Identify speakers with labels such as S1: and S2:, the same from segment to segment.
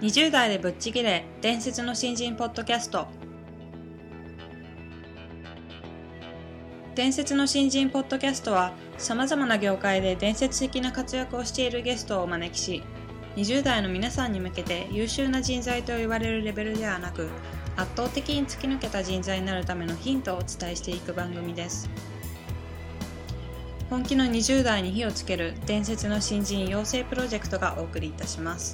S1: 20代でぶっちぎれ伝説の新人ポッドキャスト。伝説の新人ポッドキャストはさまざまな業界で伝説的な活躍をしているゲストをお招きし、20代の皆さんに向けて優秀な人材と言われるレベルではなく、圧倒的に突き抜けた人材になるためのヒントをお伝えしていく番組です。本気の20代に火をつける伝説の新人養成プロジェクトがお送りいたします。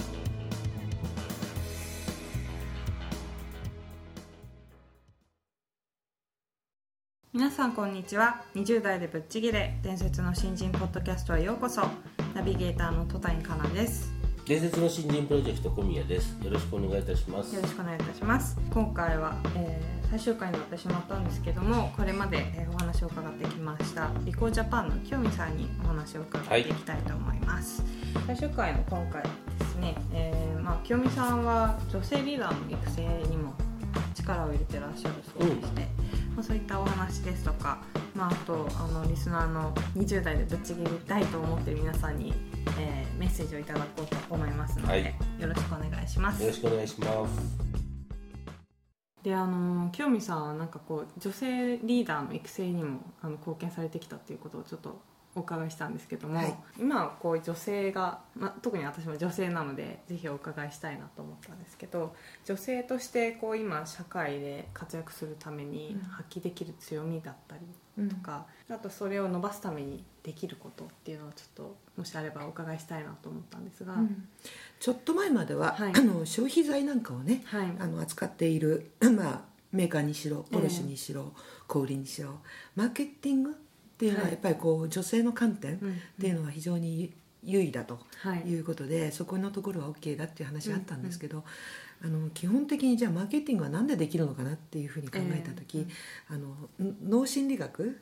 S1: 皆さんこんにちは。20代でぶっちぎれ伝説の新人ポッドキャストへようこそ。ナビゲーターの戸谷香奈です。
S2: 伝説の新人プロジェクト小宮です。よろしくお願いいたします。
S1: よろしくお願いいたします。今回は、最終回になってしまったんですけども、これまで、お話を伺ってきましたリコージャパンの清美さんにお話を伺っていきたいと思います。最終回の今回ですね、清美さんは女性リーダーの育成にも力を入れてらっしゃるそうでして、そういったお話ですとか、あとリスナーの20代でぶっちぎりたいと思っている皆さんに、メッセージをいただこうと思いますので、よろしくお願いします。
S2: よろしくお願いします。
S1: で、清美さんはなんかこう女性リーダーの育成にも貢献されてきたということをちょっとお伺いしたんですけども、今はこう女性が、特に私も女性なのでぜひお伺いしたいなと思ったんですけど、女性としてこう今社会で活躍するために発揮できる強みだったりとか、あとそれを伸ばすためにできることっていうのをちょっともしあればお伺いしたいなと思ったんですが、
S3: ちょっと前までは、消費財なんかをね、扱っている、メーカーにしろポルシェにしろ、小売りにしろマーケティングっていうのはやっぱりこう女性の観点っていうのは非常に優位だということで、そこのところは OK だっていう話があったんですけど、基本的にじゃあマーケティングは何でできるのかなっていうふうに考えた時、脳心理学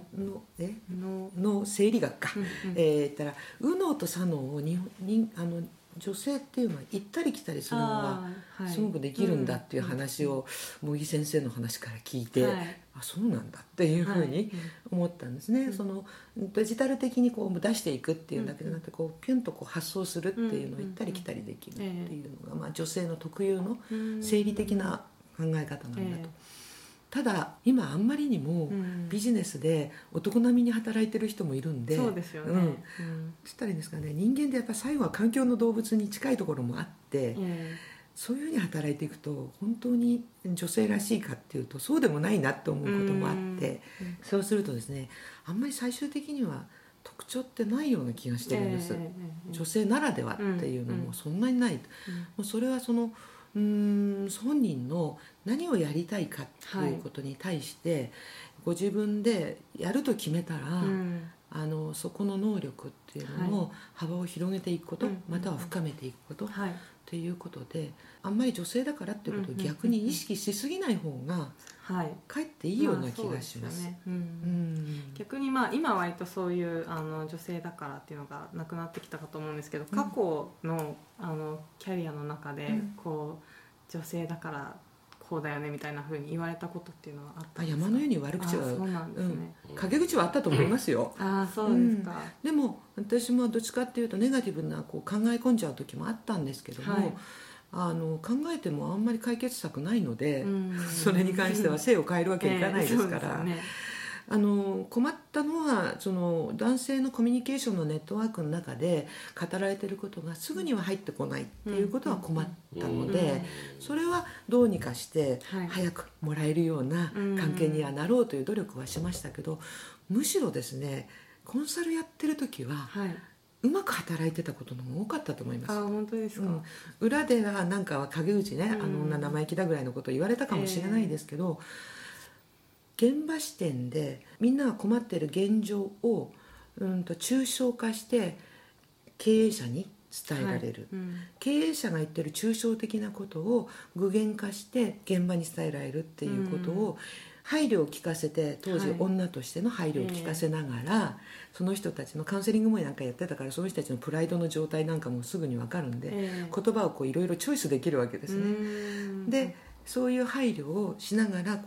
S3: 脳生理学か、言ったら右脳と左脳を女性っていうのは行ったり来たりするのがすごくできるんだっていう話を茂木先生の話から聞いて、あ、そうなんだっていうふうに思ったんですね。そのデジタル的にこう出していくっていうだけじゃなくて、こうピュンとこう発想するっていうのを行ったり来たりできるっていうのが、女性の特有の生理的な考え方なんだと。ただ今あんまりにもビジネスで男並みに働いてる人もいるんで、
S1: そうですよね。
S3: そしたらいいんですかね、人間でやっぱ最後は環境の動物に近いところもあって、そういうふうに働いていくと本当に女性らしいかっていうとそうでもないなと思うこともあって、そうするとですね、あんまり最終的には特徴ってないような気がしてるんです。女性ならではっていうのもそんなにない。もうそれはその本人の何をやりたいかっていうことに対して、ご自分でやると決めたら、そこの能力っていうのの幅を広げていくこと、または深めていくことっていうことで、あんまり女性だからっていうことを逆に意識しすぎない方がかえっていいような気がします。
S1: 逆に今割とそういう女性だからっていうのがなくなってきたかと思うんですけど、過去のキャリアの中でこう女性だからこうだよねみたいな風に言われたことっていうのはあったんですか？
S3: 山のように悪口は
S1: そうなんですね。
S3: 陰口はあったと思いますよ。
S1: そうですか。
S3: でも私もどっちかっていうとネガティブなこう考え込んじゃう時もあったんですけども、考えてもあんまり解決策ないので、それに関しては性を変えるわけにいかないですから、困ったのはその男性のコミュニケーションのネットワークの中で語られていることがすぐには入ってこないっていうことは困ったので、それはどうにかして早くもらえるような関係にはなろうという努力はしましたけど、むしろですね、コンサルやってる時は、うまく働いてたことの方が多かったと思います。
S1: 本当ですか？
S3: 裏ではなんかは陰口ね、女生意気だぐらいのことを言われたかもしれないですけど、現場視点でみんなが困っている現状を抽象化して経営者に伝えられる、経営者が言ってる抽象的なことを具現化して現場に伝えられるっていうことを、配慮を聞かせて、当時女としての配慮を聞かせながら、その人たちのカウンセリングもなんかやってたから、その人たちのプライドの状態なんかもすぐに分かるんで、言葉をこういろいろチョイスできるわけですね。でそういう配慮をしながらこう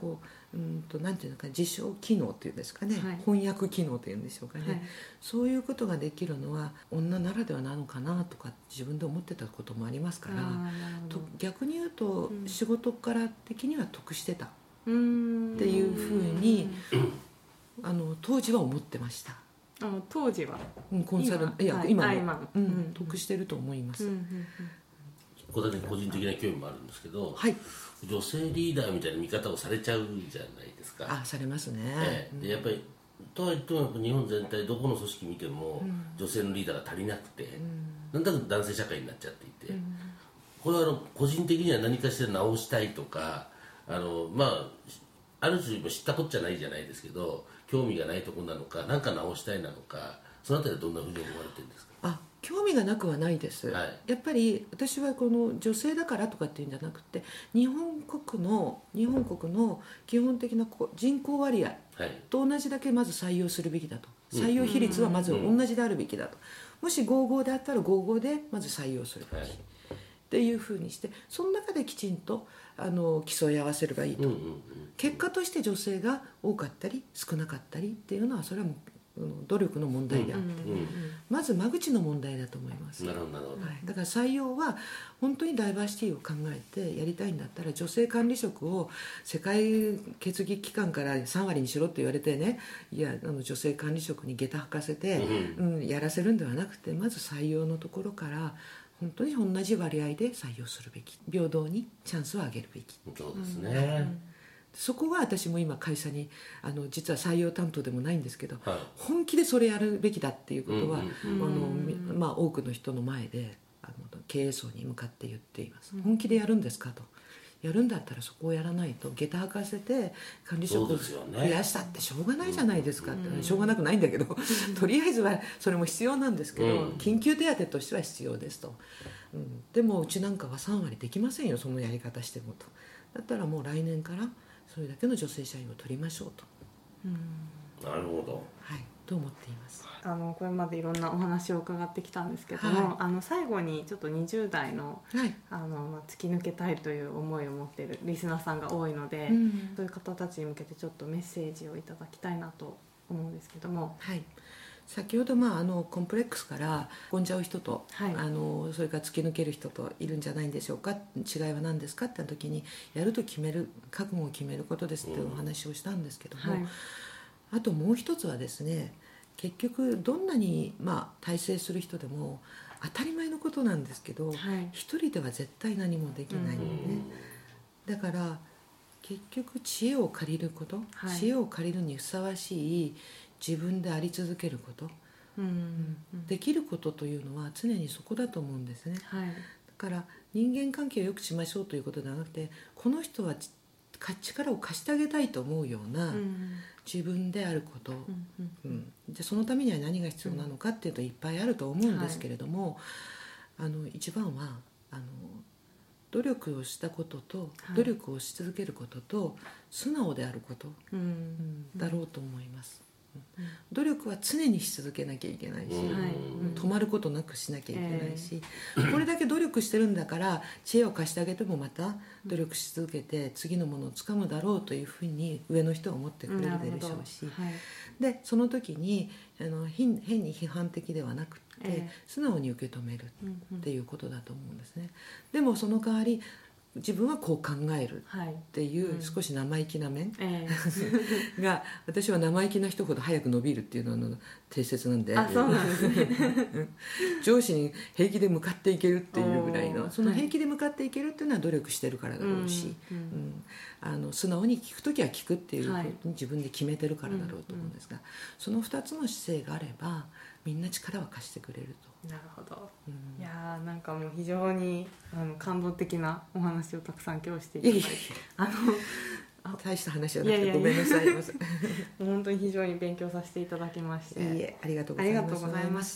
S3: なんていうのか自称機能っていうんですかね、翻訳機能というんでしょうかね、そういうことができるのは女ならではなのかなとか自分で思ってたこともありますから、逆に言うと、仕事から的には得してたっていうふうに当時は思ってました。
S1: 当時は、
S3: コンサル今も得してると思います。
S2: 個人的な興味もあるんですけど、女性リーダーみたいな見方をされちゃうじゃないですか。
S3: されますね。
S2: でやっぱりとはいっても日本全体どこの組織見ても女性のリーダーが足りなくて、なんだか男性社会になっちゃっていて、これは個人的には何かしら直したいとか、ある種知ったこっちゃないじゃないですけど、興味がないところなのか、何か直したいなのか、そのあたりはどんなふうに思われてるんですか？
S3: 興味がなくはないです、やっぱり私はこの女性だからとかっていうんじゃなくて、日本国の基本的な人口割合と同じだけまず採用するべきだと、採用比率はまず同じであるべきだと、もし55であったら55でまず採用するべき、っていうふうにして、その中できちんと競い合わせればいいと、結果として女性が多かったり少なかったりっていうのはそれはもう努力の問題であって、まず間口の問題だと思います。
S2: なるほど、
S3: だから採用は本当にダイバーシティを考えてやりたいんだったら、女性管理職を世界決議機関から3割にしろって言われてね、いや女性管理職に下駄履かせて、やらせるんではなくて、まず採用のところから本当に同じ割合で採用するべき、平等にチャンスを上げるべき。
S2: そうですね、
S3: そこは私も今会社に実は採用担当でもないんですけど、本気でそれやるべきだっていうことは、多くの人の前で経営層に向かって言っています。本気でやるんですかと。やるんだったらそこをやらないと、下駄履かせて管理職を増やしたってしょうがないじゃないですかって、しょうがなくないんだけど、とりあえずはそれも必要なんですけど、緊急手当としては必要ですと、でもうちなんかは3割できませんよ、そのやり方してもと。だったらもう来年からそれだけの女性社員を取りましょうと。
S2: なるほど、
S3: と思っています。
S1: これまでいろんなお話を伺ってきたんですけども、最後にちょっと20代の、突き抜けたいという思いを持っているリスナーさんが多いので、そういう方たちに向けてちょっとメッセージをいただきたいなと思うんですけども。
S3: 先ほどコンプレックスから飛んじゃう人と、それから突き抜ける人といるんじゃないんでしょうか、違いは何ですかって時に、やると決める、覚悟を決めることですっていうお話をしたんですけども、あともう一つはですね、結局どんなに大成する人でも当たり前のことなんですけど、一人では絶対何もできないのね。だから結局知恵を借りること、知恵を借りるにふさわしい自分であり続けること、できることというのは常にそこだと思うんですね。だから人間関係を良くしましょうということではなくて、この人は力を貸してあげたいと思うような自分であること、でそのためには何が必要なのかっていうといっぱいあると思うんですけれども、一番は努力をしたことと、努力をし続けることと素直であること、だろうと思います。努力は常にし続けなきゃいけないし、止まることなくしなきゃいけないし、これだけ努力してるんだから知恵を貸してあげてもまた努力し続けて次のものをつかむだろうというふうに上の人は思ってくれるでしょうし、でその時に変に批判的ではなくて、素直に受け止めるっていうことだと思うんですね。でもその代わり自分はこう考えるっていう少し生意気な面が、私は生意気な人ほど早く伸びるっていうのは定説なんで、
S1: そうなんですね
S3: 上司に平気で向かっていけるっていうぐらいの、その平気で向かっていけるっていうのは努力してるからだろうし、素直に聞くときは聞くっていうふうに自分で決めてるからだろうと思うんですが、その2つの姿勢があればみんな力は貸してくれると。
S1: なるほど、いやなんかもう非常に感動的なお話をたくさん今日していただいて、
S3: 大した話はなくてごめんなさい
S1: 本当に非常に勉強させていただきまして、
S3: ありがとうございます。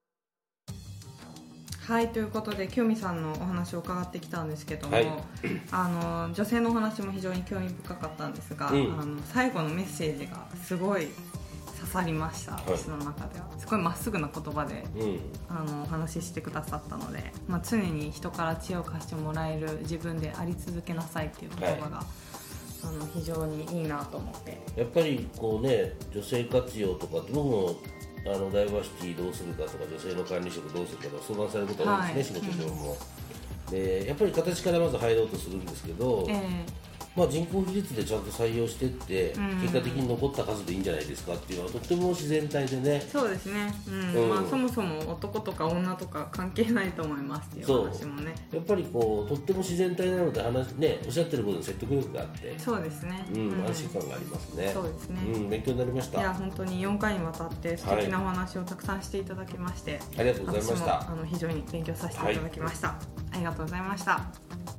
S1: はい、ということで清美さんのお話を伺ってきたんですけども、女性のお話も非常に興味深かったんですが、最後のメッセージがすごい刺さりました。私の中ではすごいまっすぐな言葉で、お話ししてくださったので、常に人から知恵を貸してもらえる自分であり続けなさいっていう言葉が、 非常にいいなと思って。
S2: やっぱりこうね、女性活用とかって僕もダイバーシティどうするかとか女性の管理職どうするかとか相談されることが多いですね、仕事上も。でやっぱり形からまず入ろうとするんですけど、人口比率でちゃんと採用していって、結果的に残った数でいいんじゃないですかっていうのはとっても自然体でね。
S1: そうですね、そもそも男とか女とか関係ないと思いますっていう話もね。
S2: やっぱりこうとっても自然体なのでおっしゃってることに説得力があって、
S1: そうですね、
S2: 安心感がありますね。
S1: そうですね、
S2: 勉強になりました。
S1: いや本当に4回にわたって素敵なお話をたくさんしていただきまして、
S2: ありがとうございました。
S1: 私も非常に勉強させていただきました、ありがとうございました。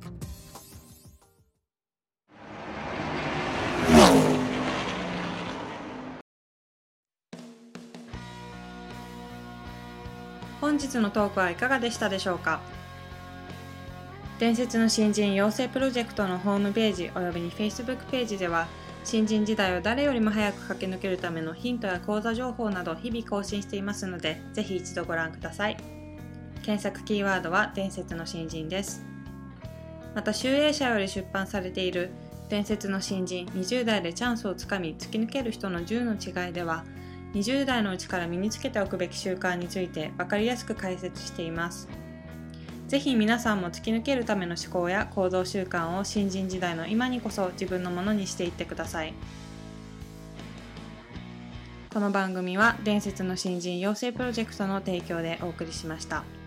S1: 本日のトークはいかがでしたでしょうか。伝説の新人養成プロジェクトのホームページおよびに Facebook ページでは、新人時代を誰よりも早く駆け抜けるためのヒントや講座情報など日々更新していますので、ぜひ一度ご覧ください。検索キーワードは伝説の新人です。また、集英社より出版されている伝説の新人20代でチャンスをつかみ突き抜ける人の10の違いでは、20代のうちから身につけておくべき習慣について分かりやすく解説しています。ぜひ皆さんも突き抜けるための思考や行動習慣を新人時代の今にこそ自分のものにしていってください。この番組は伝説の新人養成プロジェクトの提供でお送りしました。